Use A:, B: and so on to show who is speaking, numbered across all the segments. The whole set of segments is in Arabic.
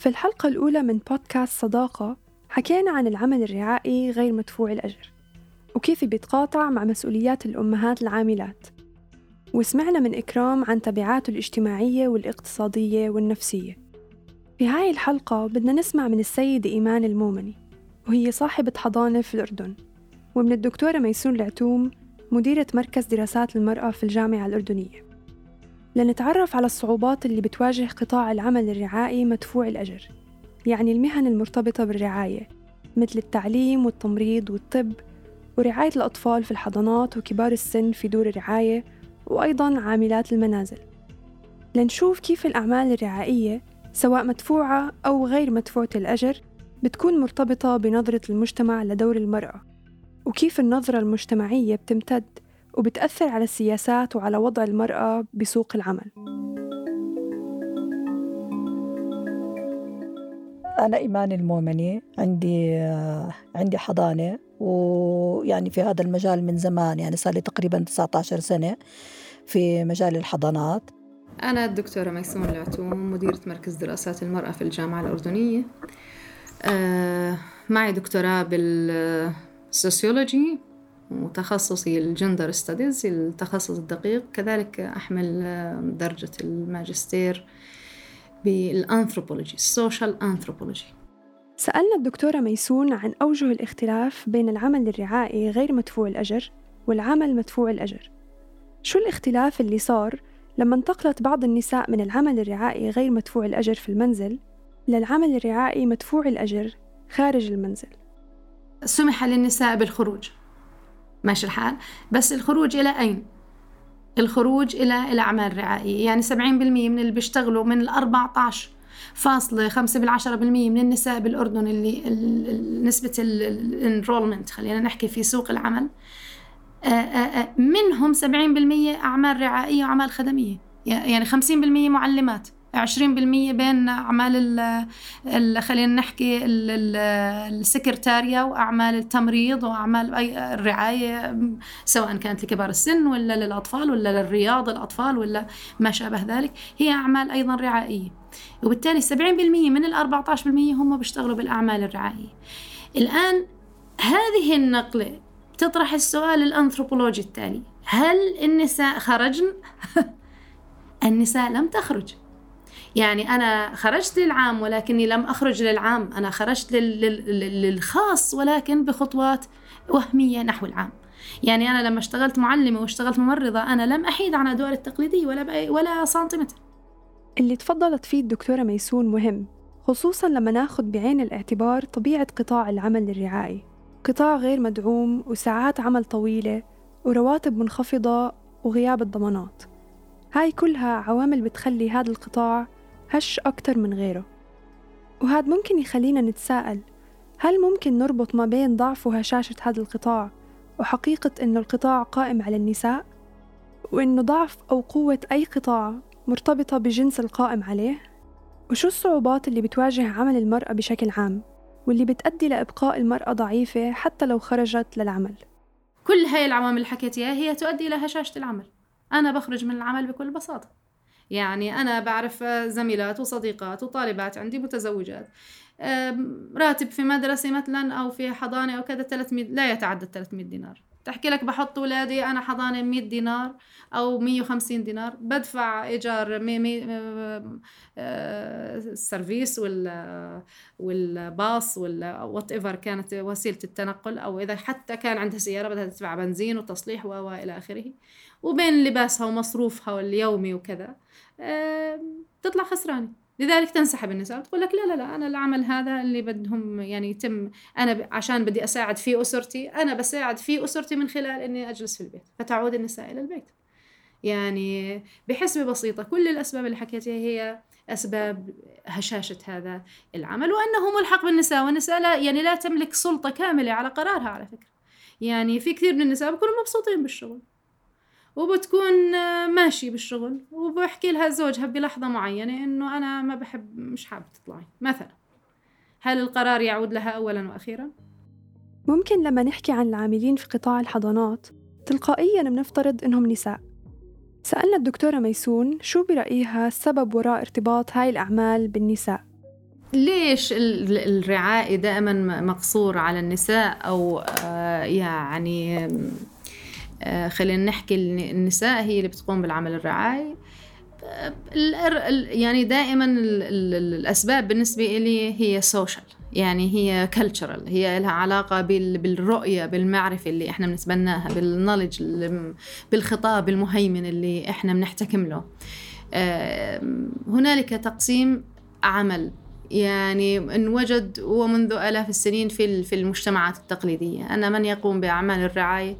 A: في الحلقة الأولى من بودكاست صداقة حكينا عن العمل الرعائي غير مدفوع الأجر وكيف بيتقاطع مع مسؤوليات الأمهات العاملات، وسمعنا من إكرام عن تبعاته الاجتماعية والاقتصادية والنفسية. في هاي الحلقة بدنا نسمع من السيدة إيمان المومني، وهي صاحبة حضانة في الأردن، ومن الدكتورة ميسون العتوم مديرة مركز دراسات المرأة في الجامعة الأردنية، لنتعرف على الصعوبات اللي بتواجه قطاع العمل الرعائي مدفوع الأجر، يعني المهن المرتبطة بالرعاية مثل التعليم والتمريض والطب ورعاية الأطفال في الحضانات وكبار السن في دور الرعاية، وأيضاً عاملات المنازل، لنشوف كيف الأعمال الرعائية سواء مدفوعة أو غير مدفوعة الأجر بتكون مرتبطة بنظرة المجتمع لدور المرأة، وكيف النظرة المجتمعية بتمتد وبتأثر على السياسات وعلى وضع المرأة بسوق العمل.
B: أنا إيمان المومني، عندي حضانة، ويعني في هذا المجال من زمان، يعني صار لي تقريباً 19 سنة في مجال الحضانات.
C: أنا الدكتورة ميسون العتوم مديرة مركز دراسات المرأة في الجامعة الأردنية. معي دكتوراه بالسوسيولوجي وتخصصي الجندر ستاديز التخصص الدقيق، كذلك أحمل درجة الماجستير بالأنثروبولوجي السوشيال أنثروبولوجي.
A: سألنا الدكتورة ميسون عن أوجه الاختلاف بين العمل الرعائي غير مدفوع الأجر والعمل مدفوع الأجر. شو الاختلاف اللي صار لما انتقلت بعض النساء من العمل الرعائي غير مدفوع الأجر في المنزل للعمل الرعائي مدفوع الأجر خارج المنزل؟
C: سمح للنساء بالخروج، ماشي الحال، بس الخروج إلى أين؟ الخروج إلى الأعمال الرعائية، يعني 70% من اللي بيشتغلوا من 14.5% من النساء بالأردن اللي نسبة الانرولمنت خلينا نحكي في سوق العمل، منهم 70% أعمال رعائية وأعمال خدمية، يعني 50% معلمات، 20% بين أعمال خلينا نحكي السكرتارية وأعمال التمريض وأعمال الرعاية، سواء كانت لكبار السن ولا للأطفال ولا للرياض الأطفال ولا ما شابه ذلك، هي أعمال أيضا رعائية. وبالتالي 70% من 14% هم بيشتغلوا بالأعمال الرعائية. الآن هذه النقلة تطرح السؤال الأنثروبولوجي التالي: هل النساء خرجن؟ النساء لم تخرج. يعني أنا خرجت للعام ولكني لم أخرج للعام، أنا خرجت للخاص ولكن بخطوات وهمية نحو العام. يعني أنا لما اشتغلت معلمة واشتغلت ممرضة أنا لم أحيد عن أدوار التقليدية ولا سنتيمتر.
A: اللي تفضلت فيه الدكتورة ميسون مهم، خصوصاً لما ناخد بعين الاعتبار طبيعة قطاع العمل الرعائي، قطاع غير مدعوم وساعات عمل طويلة ورواتب منخفضة وغياب الضمانات. هاي كلها عوامل بتخلي هذا القطاع هش أكتر من غيره. وهذا ممكن يخلينا نتساءل، هل ممكن نربط ما بين ضعف وهشاشة هذا القطاع وحقيقة إنه القطاع قائم على النساء، وإنه ضعف أو قوة أي قطاع مرتبطة بجنس القائم عليه؟ وشو الصعوبات اللي بتواجه عمل المرأة بشكل عام واللي بتؤدي لإبقاء المرأة ضعيفة حتى لو خرجت للعمل؟
C: كل هاي العوامل اللي حكيتيها هي تؤدي إلى هشاشة العمل. أنا بخرج من العمل بكل بساطة، يعني أنا بعرف زميلات وصديقات وطالبات عندي متزوجات، راتب في مدرسة مثلا أو في حضانة أو كذا 300 لا يتعدى 300 دينار. تحكي لك بحط أولادي أنا حضانة 100 دينار أو 150 دينار، بدفع إيجار السيرفيس والباص ولا whatever كانت وسيلة التنقل، أو إذا حتى كان عندها سيارة بدها تدفع بنزين وتصليح وإلى آخره، وبين لباسها ومصروفها اليومي وكذا تطلع خسرانة. لذلك تنسحب النساء وتقول لك لا أنا العمل هذا اللي بدهم يعني يتم، أنا عشان بدي أساعد في أسرتي، أنا بساعد في أسرتي من خلال إني أجلس في البيت، فتعود النساء إلى البيت. يعني بحسبة بسيطة كل الأسباب اللي حكيتها هي أسباب هشاشة هذا العمل، وأنه ملحق بالنساء، والنساء لا تملك سلطة كاملة على قرارها على فكرة. يعني في كثير من النساء بيكونوا مبسوطين بالشغل وبتكون ماشي بالشغل وبحكي لها زوجها بلحظة معينة إنه أنا ما بحب، مش حابة تطلعي مثلا. هل القرار يعود لها أولا وأخيرا؟
A: ممكن لما نحكي عن العاملين في قطاع الحضانات تلقائياً بنفترض إنهم نساء. سألنا الدكتورة ميسون شو برأيها السبب وراء ارتباط هاي الأعمال بالنساء.
C: ليش الرعاية دائما مقصور على النساء؟ أو يعني خلينا نحكي النساء هي اللي بتقوم بالعمل الرعاية. يعني دائما الأسباب بالنسبة لي هي سوشيال، يعني هي كلتشرال، هي لها علاقة بالرؤية، بالمعرفة اللي احنا بنتبناها، بالنولج، بالخطاب المهيمن اللي احنا بنحتكم له. هنالك تقسيم عمل يعني انوجد ومنذ آلاف السنين في المجتمعات التقليدية، أن من يقوم بأعمال الرعاية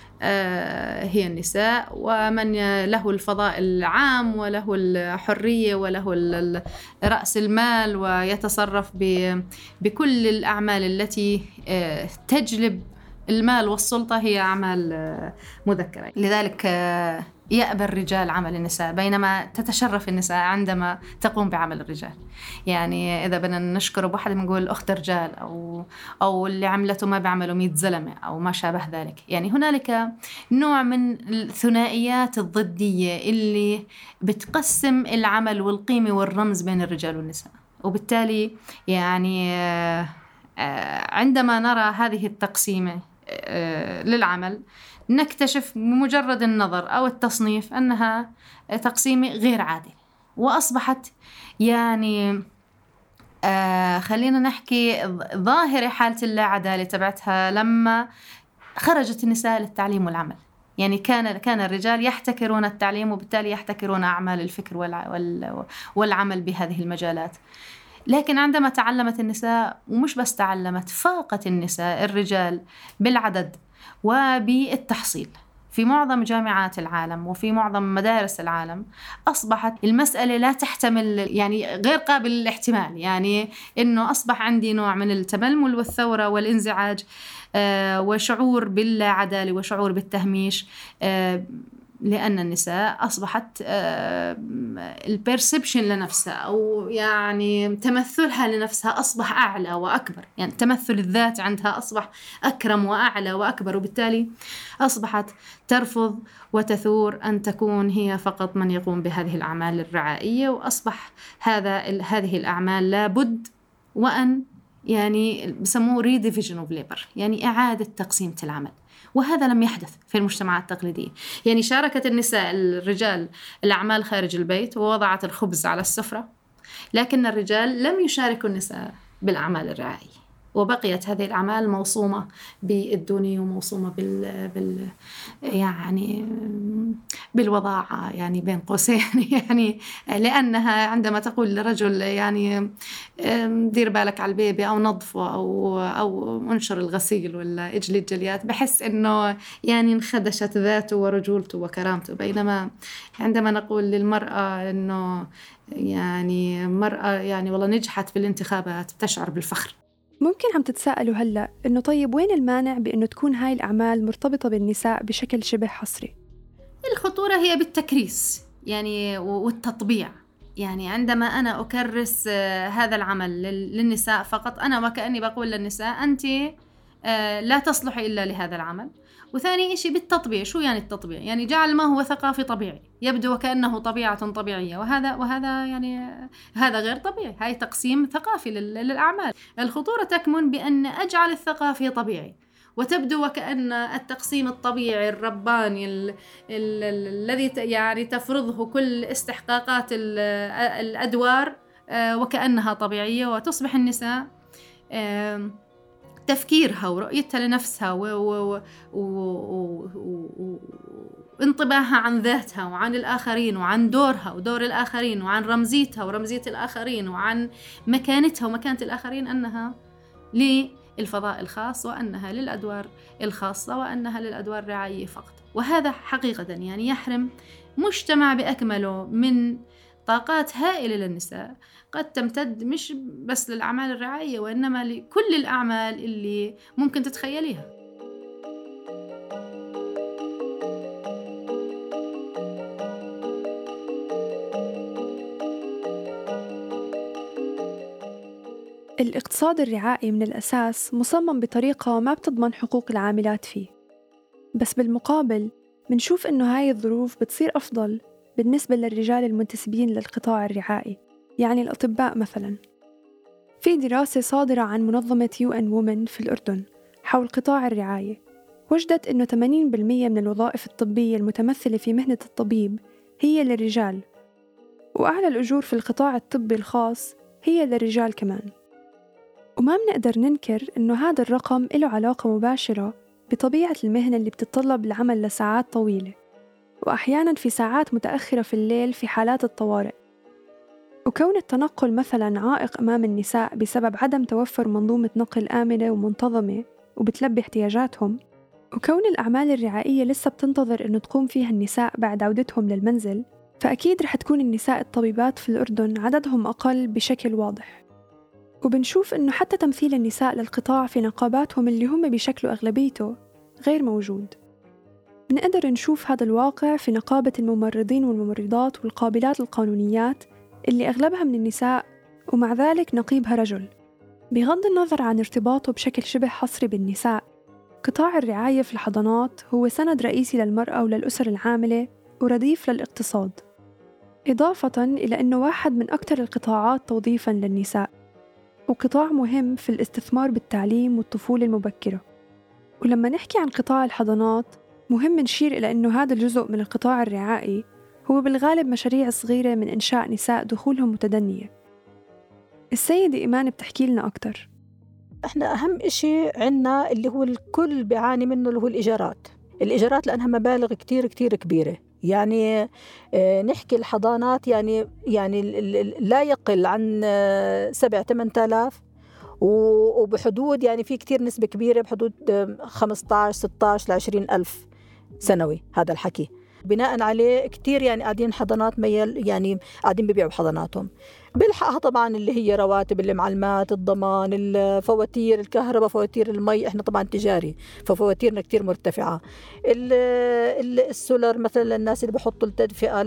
C: هي النساء، ومن له الفضاء العام وله الحرية وله رأس المال ويتصرف بكل الأعمال التي تجلب المال والسلطة هي أعمال مذكرة. لذلك يأبى الرجال عمل النساء، بينما تتشرف النساء عندما تقوم بعمل الرجال. يعني إذا بدنا نشكر بواحد بنقول أخت رجال، أو اللي عملته ما بيعملوا 100 زلمة أو ما شابه ذلك. يعني هنالك نوع من الثنائيات الضدية اللي بتقسم العمل والقيمة والرمز بين الرجال والنساء. وبالتالي يعني عندما نرى هذه التقسيمة للعمل نكتشف بمجرد النظر أو التصنيف أنها تقسيمة غير عادلة، وأصبحت يعني خلينا نحكي ظاهرة حالة اللا عدالة تبعتها لما خرجت النساء للتعليم والعمل. يعني كان الرجال يحتكرون التعليم، وبالتالي يحتكرون أعمال الفكر والعمل بهذه المجالات. لكن عندما تعلمت النساء، ومش بس تعلمت، فاقت النساء الرجال بالعدد وبالتحصيل في معظم جامعات العالم وفي معظم مدارس العالم، أصبحت المسألة لا تحتمل، يعني غير قابل للاحتمال. يعني إنه أصبح عندي نوع من التململ والثورة والانزعاج وشعور باللا عدالة وشعور بالتهميش، لأن النساء أصبحت البيرسبشن لنفسها، أو يعني تمثلها لنفسها أصبح أعلى وأكبر. يعني تمثل الذات عندها أصبح أكرم وأعلى وأكبر، وبالتالي أصبحت ترفض وتثور أن تكون هي فقط من يقوم بهذه الأعمال الرعائية. وأصبح هذه الأعمال لابد وأن يعني بسموه redivision of labor، يعني إعادة تقسيمة العمل. وهذا لم يحدث في المجتمعات التقليدية. يعني شاركت النساء الرجال الأعمال خارج البيت ووضعت الخبز على السفرة، لكن الرجال لم يشاركوا النساء بالأعمال الرعائية، وبقيت هذه الأعمال موصومة بالدوني وموصومة يعني بالوضاعة، يعني بين قوسين يعني لأنها عندما تقول لرجل يعني دير بالك على البيبي أو نظفه أو انشر الغسيل ولا اجلي الجليات، بحس إنه يعني انخدشت ذاته ورجولته وكرامته. بينما عندما نقول للمرأة إنه يعني مرأة يعني والله نجحت في الانتخابات، بتشعر بالفخر.
A: ممكن عم تتساءلوا هلأ إنه طيب وين المانع بإنه تكون هاي الأعمال مرتبطة بالنساء بشكل شبه حصري؟
C: الخطورة هي بالتكريس يعني والتطبيع. يعني عندما أنا أكرس هذا العمل للنساء فقط، أنا وكأني بقول للنساء أنت لا تصلح إلا لهذا العمل. وثاني إشي بالتطبيع. شو يعني التطبيع؟ يعني جعل ما هو ثقافي طبيعي يبدو وكأنه طبيعة طبيعية، وهذا يعني هذا غير طبيعي. هاي تقسيم ثقافي للأعمال. الخطورة تكمن بأن أجعل الثقافي طبيعي وتبدو وكأن التقسيم الطبيعي الرباني الذي يعني تفرضه كل استحقاقات الأدوار وكأنها طبيعية، وتصبح النساء تفكيرها ورؤيتها لنفسها وانطباعها عن ذاتها وعن الآخرين وعن دورها ودور الآخرين وعن رمزيتها ورمزية الآخرين وعن مكانتها ومكانة الآخرين أنها للفضاء الخاص، وأنها للأدوار الخاصة، وأنها للأدوار الرعاية فقط. وهذا حقيقة يعني يحرم مجتمع بأكمله من طاقات هائلة للنساء قد تمتد مش بس للأعمال الرعاية، وإنما لكل الأعمال اللي ممكن تتخيليها.
A: الاقتصاد الرعائي من الأساس مصمم بطريقة ما بتضمن حقوق العاملات فيه، بس بالمقابل منشوف إنه هاي الظروف بتصير أفضل بالنسبة للرجال المنتسبين للقطاع الرعائي، يعني الأطباء مثلاً. في دراسة صادرة عن منظمة UN Women في الأردن حول قطاع الرعاية وجدت أنه 80% من الوظائف الطبية المتمثلة في مهنة الطبيب هي للرجال، وأعلى الأجور في القطاع الطبي الخاص هي للرجال كمان. وما بنقدر ننكر أنه هذا الرقم له علاقة مباشرة بطبيعة المهنة اللي بتتطلب العمل لساعات طويلة، وأحياناً في ساعات متأخرة في الليل في حالات الطوارئ. وكون التنقل مثلاً عائق أمام النساء بسبب عدم توفر منظومة نقل آمنة ومنتظمة وبتلبي احتياجاتهم، وكون الأعمال الرعائية لسه بتنتظر إنه تقوم فيها النساء بعد عودتهم للمنزل، فأكيد رح تكون النساء الطبيبات في الأردن عددهم أقل بشكل واضح. وبنشوف إنه حتى تمثيل النساء للقطاع في نقاباتهم اللي هم بيشكلوا أغلبيته غير موجود. بنقدر نشوف هذا الواقع في نقابة الممرضين والممرضات والقابلات القانونيات اللي أغلبها من النساء، ومع ذلك نقيبها رجل. بغض النظر عن ارتباطه بشكل شبه حصري بالنساء، قطاع الرعاية في الحضانات هو سند رئيسي للمرأة وللأسر العاملة ورديف للاقتصاد، إضافة إلى أنه واحد من أكثر القطاعات توظيفاً للنساء، وقطاع مهم في الاستثمار بالتعليم والطفولة المبكرة. ولما نحكي عن قطاع الحضانات مهم نشير إلى أنه هذا الجزء من القطاع الرعائي هو بالغالب مشاريع صغيرة من إنشاء نساء دخولهم متدنية. السيدة إيمان بتحكي لنا أكتر.
B: احنا أهم إشي عنا اللي هو الكل بيعاني منه اللي هو الإيجارات لأنها مبالغ كتير كتير كبيرة. يعني نحكي الحضانات يعني لا يقل عن 7-8 آلاف، وبحدود يعني في كتير نسبة كبيرة بحدود 15-16-20 ألف سنوي. هذا الحكي بناء عليه كتير يعني قاعدين حضانات ميل، يعني قاعدين ببيعوا بحضاناتهم. بلحقها طبعا اللي هي رواتب المعلمات، الضمان، الفواتير الكهرباء، فواتير المي، احنا طبعا تجاري ففواتيرنا كتير مرتفعة. السولر مثلا الناس اللي بحطوا التدفئة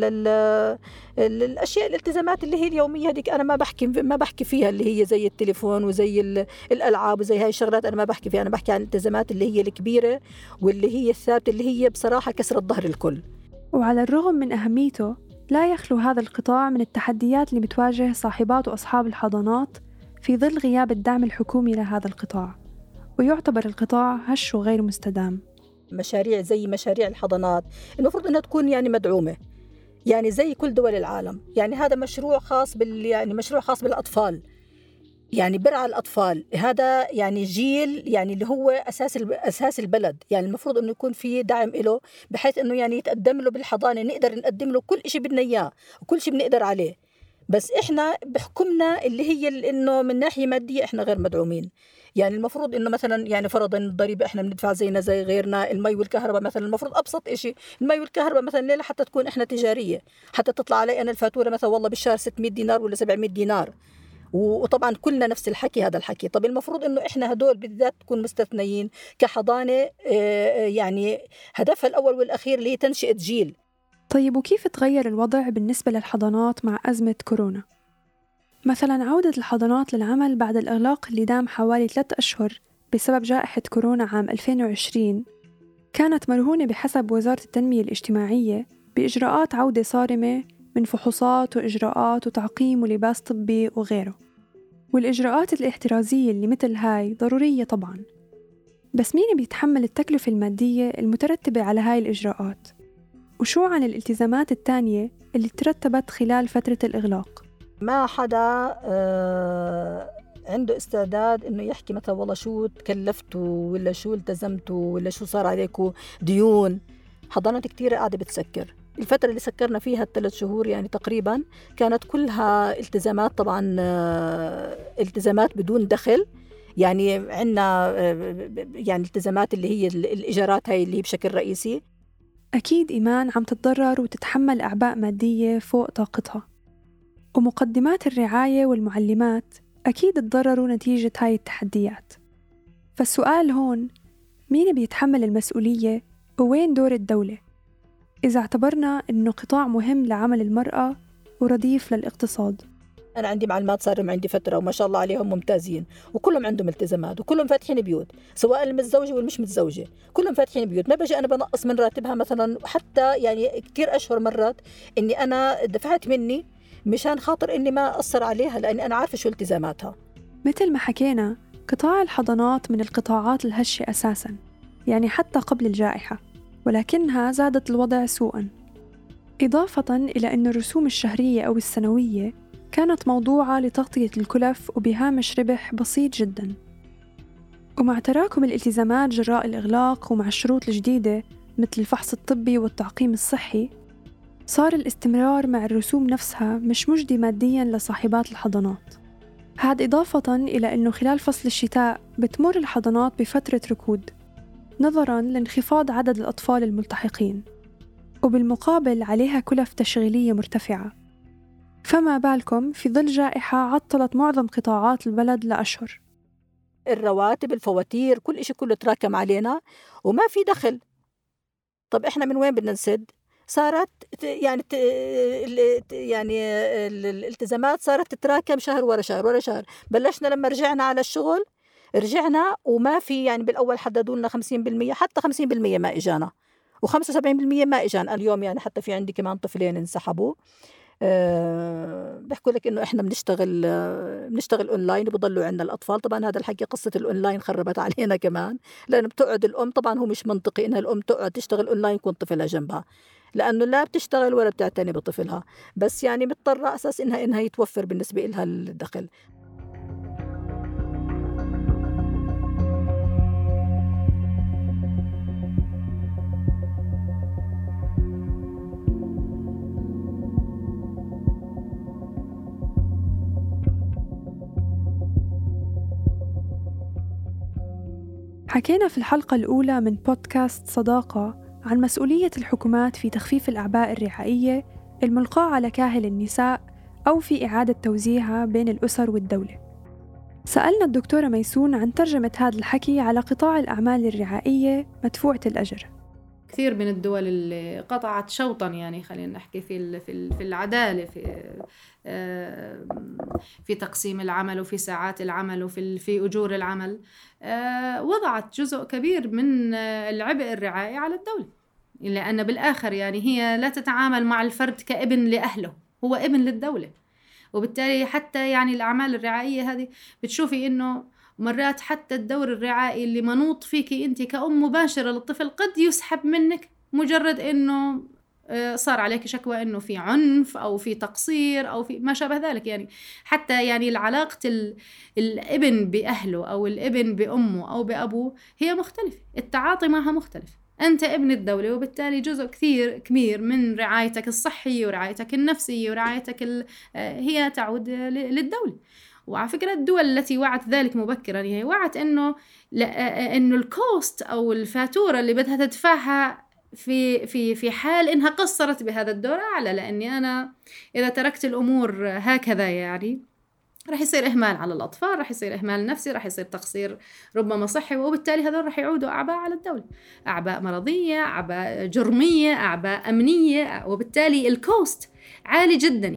B: الأشياء الالتزامات اللي هي اليومية هذيك أنا ما بحكي فيها، اللي هي زي التليفون وزي الألعاب وزي هاي الشغلات أنا ما بحكي فيها. أنا بحكي عن الالتزامات اللي هي الكبيرة واللي هي الثابتة اللي هي بصراحة كسرت ظهر الكل.
A: وعلى الرغم من أهميته لا يخلو هذا القطاع من التحديات اللي بتواجه صاحبات وأصحاب الحضانات في ظل غياب الدعم الحكومي لهذا القطاع، ويعتبر القطاع هش وغير مستدام.
B: مشاريع زي مشاريع الحضانات المفروض أنها تكون يعني مدعومة، يعني زي كل دول العالم. يعني هذا مشروع خاص مشروع خاص بالأطفال، يعني برعى الأطفال. هذا يعني جيل يعني اللي هو أساس البلد. يعني المفروض أنه يكون في دعم له بحيث أنه يعني يتقدم له بالحضانة، نقدر نقدم له كل إشي بدنا إياه وكل شيء بنقدر عليه. بس إحنا بحكمنا اللي هي إنه من ناحية مادية إحنا غير مدعومين. يعني المفروض إنه مثلا يعني فرضاً الضريبة إحنا بندفع زينا زي غيرنا. المي والكهرباء مثلا المفروض أبسط إشي المي والكهرباء مثلا ليلة حتى تكون إحنا تجارية، حتى تطلع علي أنا الفاتورة مثلا والله بالشهر 600 دينار ولا 700 دينار. وطبعا كلنا نفس الحكي هذا الحكي. طب المفروض إنه إحنا هدول بالذات تكون مستثنيين كحضانة، يعني هدفها الأول والأخير اللي هي تنشئة جيل.
A: طيب وكيف تغير الوضع بالنسبة للحضانات مع أزمة كورونا؟ مثلاً عودة الحضانات للعمل بعد الإغلاق اللي دام حوالي 3 أشهر بسبب جائحة كورونا عام 2020 كانت مرهونة بحسب وزارة التنمية الاجتماعية بإجراءات عودة صارمة من فحوصات وإجراءات وتعقيم ولباس طبي وغيره. والإجراءات الاحترازية اللي مثل هاي ضرورية طبعاً، بس مين بيتحمل التكلفة المادية المترتبة على هاي الإجراءات؟ وشو عن الالتزامات التانية اللي ترتبت خلال فترة الإغلاق؟
B: ما حدا عنده استعداد إنه يحكي مثلا والله شو تكلفتوا ولا شو التزمتوا ولا شو صار عليكم ديون. حضانات كتيرة قاعدة بتسكر. الفترة اللي سكرنا فيها 3 شهور يعني تقريبا كانت كلها التزامات، طبعا التزامات بدون دخل. يعني عنا يعني التزامات اللي هي الإيجارات هاي اللي هي بشكل رئيسي.
A: أكيد إيمان عم تتضرر وتتحمل أعباء مادية فوق طاقتها، ومقدمات الرعاية والمعلمات أكيد تضرروا نتيجة هاي التحديات. فالسؤال هون مين بيتحمل المسؤولية ووين دور الدولة إذا اعتبرنا إنه قطاع مهم لعمل المرأة ورديف للاقتصاد؟
B: أنا عندي معلمات صار عندي فترة وما شاء الله عليهم ممتازين وكلهم عندهم التزامات وكلهم فاتحين بيوت، سواء المتزوجة والمش متزوجة كلهم فاتحين بيوت. ما بجي أنا بنقص من راتبها مثلا، حتى يعني كتير أشهر مرات إني أنا دفعت مني مشان خاطر إني ما أثر عليها، لأني أنا عارفة شو التزاماتها.
A: مثل ما حكينا، قطاع الحضانات من القطاعات الهشة أساساً، يعني حتى قبل الجائحة، ولكنها زادت الوضع سوءاً. إضافة إلى أن الرسوم الشهرية أو السنوية كانت موضوعة لتغطية الكلف وبهامش ربح بسيط جداً. ومع تراكم الالتزامات جراء الإغلاق ومع الشروط الجديدة مثل الفحص الطبي والتعقيم الصحي، صار الاستمرار مع الرسوم نفسها مش مجدي مادياً لصاحبات الحضانات. هذا إضافة إلى أنه خلال فصل الشتاء بتمر الحضانات بفترة ركود نظراً لانخفاض عدد الأطفال الملتحقين، وبالمقابل عليها كلف تشغيلية مرتفعة. فما بالكم في ظل جائحة عطلت معظم قطاعات البلد لأشهر.
B: الرواتب، الفواتير، كل إشي كله تراكم علينا وما في دخل. طب إحنا من وين بدنا نسد؟ صارت الالتزامات صارت تتراكم شهر ورا شهر ورا شهر. بلشنا لما رجعنا على الشغل، رجعنا وما في، يعني بالأول حددوا لنا 50%، حتى 50% ما إجانا، و75% ما إجانا اليوم. يعني حتى في عندي كمان طفلين انسحبوا. بحكوا لك إنه إحنا بنشتغل أونلاين وبضلوا عندنا الأطفال. طبعا هذا الحكي قصة الأونلاين خربت علينا كمان، لأنه بتقعد الأم، طبعا هو مش منطقي إنها الأم تقعد تشتغل أونلاين يكون طفلها جنبها، لأنه لا بتشتغل ولا بتعتني بطفلها، بس يعني مضطرة أساس إنها يتوفر بالنسبة إلها الدخل.
A: حكينا في الحلقة الأولى من بودكاست صداقة عن مسؤولية الحكومات في تخفيف الأعباء الرعائية الملقاة على كاهل النساء أو في إعادة توزيعها بين الأسر والدولة. سألنا الدكتورة ميسون عن ترجمة هذا الحكي على قطاع الأعمال الرعائية مدفوعة الأجر.
C: كثير من الدول اللي قطعت شوطاً، يعني خلينا نحكي في العدالة، في تقسيم العمل وفي ساعات العمل وفي أجور العمل، وضعت جزء كبير من العبء الرعائي على الدولة، لأن بالآخر يعني هي لا تتعامل مع الفرد كابن لأهله، هو ابن للدولة. وبالتالي حتى يعني الأعمال الرعائية هذه بتشوفي إنه مرات حتى الدور الرعائي اللي منوط فيكي أنت كأم مباشرة للطفل قد يسحب منك مجرد إنه صار عليك شكوى إنه في عنف أو في تقصير أو في ما شابه ذلك. يعني حتى يعني العلاقة الابن بأهله أو الابن بأمه أو بأبوه هي مختلفة، التعاطي معها مختلف. أنت ابن الدولة، وبالتالي جزء كثير كبير من رعايتك الصحية ورعايتك النفسية ورعايتك هي تعود للدولة. وعلى فكرة الدول التي وعت ذلك مبكرا هي وعت إنه الكوست أو الفاتورة اللي بدها تدفعها في حال إنها قصرت بهذا الدور أعلى، لأني أنا إذا تركت الأمور هكذا يعني رح يصير إهمال على الأطفال، رح يصير إهمال نفسي، رح يصير تقصير ربما صحي، وبالتالي هذول رح يعودوا أعباء على الدولة، أعباء مرضية، أعباء جرمية، أعباء أمنية، وبالتالي الكوست عالي جدا.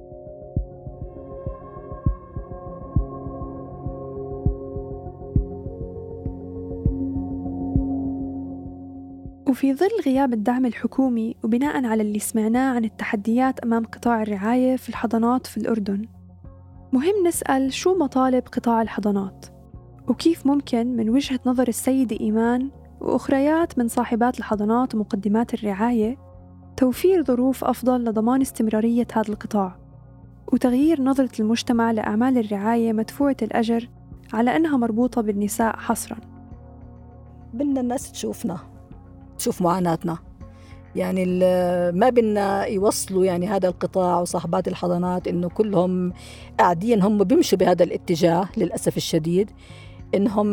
A: وفي ظل غياب الدعم الحكومي وبناء على اللي سمعناه عن التحديات أمام قطاع الرعاية في الحضانات في الأردن، مهم نسأل شو مطالب قطاع الحضانات، وكيف ممكن من وجهة نظر السيدة إيمان وأخريات من صاحبات الحضانات ومقدمات الرعاية توفير ظروف أفضل لضمان استمرارية هذا القطاع وتغيير نظرة المجتمع لأعمال الرعاية مدفوعة الأجر على أنها مربوطة بالنساء حصراً.
B: بدنا الناس تشوف معاناتنا، يعني ما بدنا يوصلوا يعني هذا القطاع وصاحبات الحضانات إنه كلهم قاعدين هم بيمشوا بهذا الاتجاه. للأسف الشديد إنهم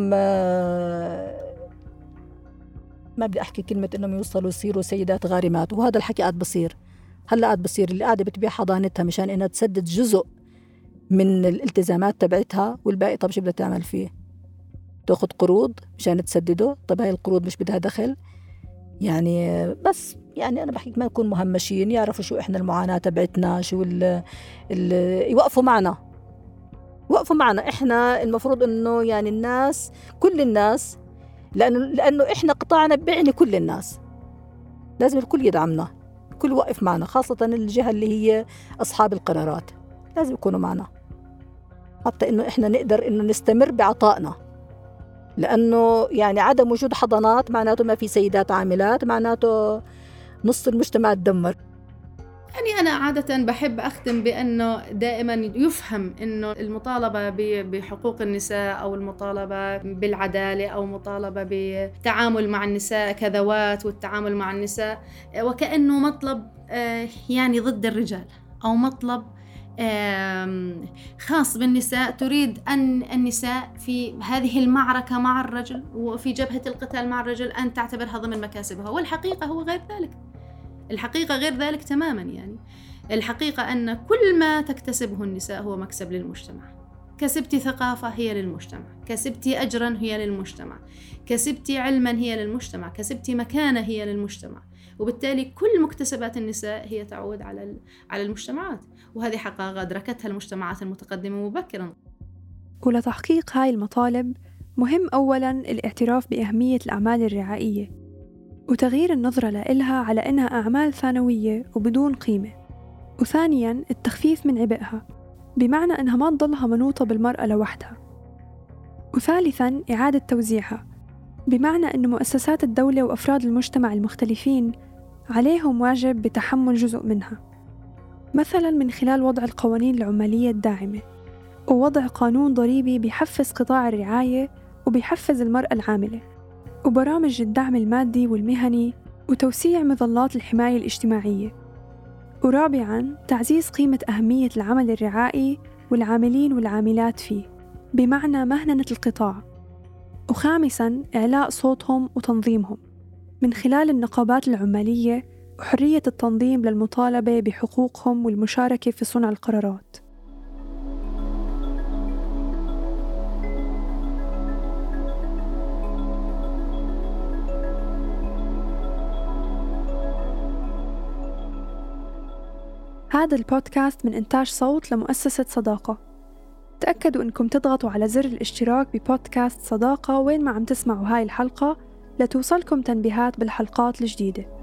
B: ما بدي أحكي كلمة إنهم يصيروا سيدات غارمات، وهذا الحكي قاعد بصير هلأ، قاعد بصير اللي قاعدة بتبيع حضانتها مشان إنها تسدد جزء من الالتزامات تبعتها، والباقي طب شو بدها تعمل فيه؟ تأخذ قروض مشان تسدده. طب هاي القروض مش بدها دخل يعني. بس يعني أنا بحكي ما نكون مهمشين، يعرفوا شو إحنا المعاناة تبعتنا، شو يوقفوا معنا. إحنا المفروض إنه يعني الناس، كل الناس، لأنه إحنا قطاعنا بعني كل الناس، لازم الكل يدعمنا، الكل يوقف معنا، خاصة الجهة اللي هي أصحاب القرارات لازم يكونوا معنا. حتى إنه إحنا نقدر إنه نستمر بعطائنا. لأنه يعني عدم وجود حضانات معناته ما في سيدات عاملات، معناته نص المجتمع تدمر.
C: يعني أنا عادة بحب أختم بأنه دائما يفهم أنه المطالبة بحقوق النساء أو المطالبة بالعدالة أو مطالبة بالتعامل مع النساء كذوات والتعامل مع النساء وكأنه مطلب يعني ضد الرجال أو مطلب خاص بالنساء، تريد أن النساء في هذه المعركة مع الرجل وفي جبهة القتال مع الرجل أن تعتبرها ضمن مكاسبها. والحقيقة هو غير ذلك، الحقيقة غير ذلك تماماً. يعني الحقيقة أن كل ما تكتسبه النساء هو مكسب للمجتمع. كسبتي ثقافة هي للمجتمع، كسبتي أجراً هي للمجتمع، كسبتي علماً هي للمجتمع، كسبتي مكانة هي للمجتمع. وبالتالي كل مكتسبات النساء هي تعود على المجتمعات، وهذه حقيقة أدركتها المجتمعات المتقدمة مبكراً.
A: ولتحقيق هاي المطالب مهم أولاً الاعتراف بأهمية الأعمال الرعائية وتغيير النظرة لإلها على إنها أعمال ثانوية وبدون قيمة، وثانياً التخفيف من عبئها بمعنى إنها ما تضلها منوطة بالمرأة لوحدها، وثالثاً إعادة توزيعها بمعنى إن مؤسسات الدولة وأفراد المجتمع المختلفين عليهم واجب بتحمل جزء منها، مثلاً من خلال وضع القوانين العمالية الداعمة ووضع قانون ضريبي بيحفز قطاع الرعاية وبيحفز المرأة العاملة، وبرامج الدعم المادي والمهني وتوسيع مظلات الحماية الاجتماعية، ورابعاً تعزيز قيمة أهمية العمل الرعائي والعاملين والعاملات فيه بمعنى مهنة القطاع، وخامساً إعلاء صوتهم وتنظيمهم من خلال النقابات العمالية وحرية التنظيم للمطالبة بحقوقهم والمشاركة في صنع القرارات. هذا البودكاست من إنتاج صوت لمؤسسة صداقة. تأكدوا إنكم تضغطوا على زر الاشتراك ببودكاست صداقة وين ما عم تسمعوا هاي الحلقة لتوصلكم تنبيهات بالحلقات الجديدة.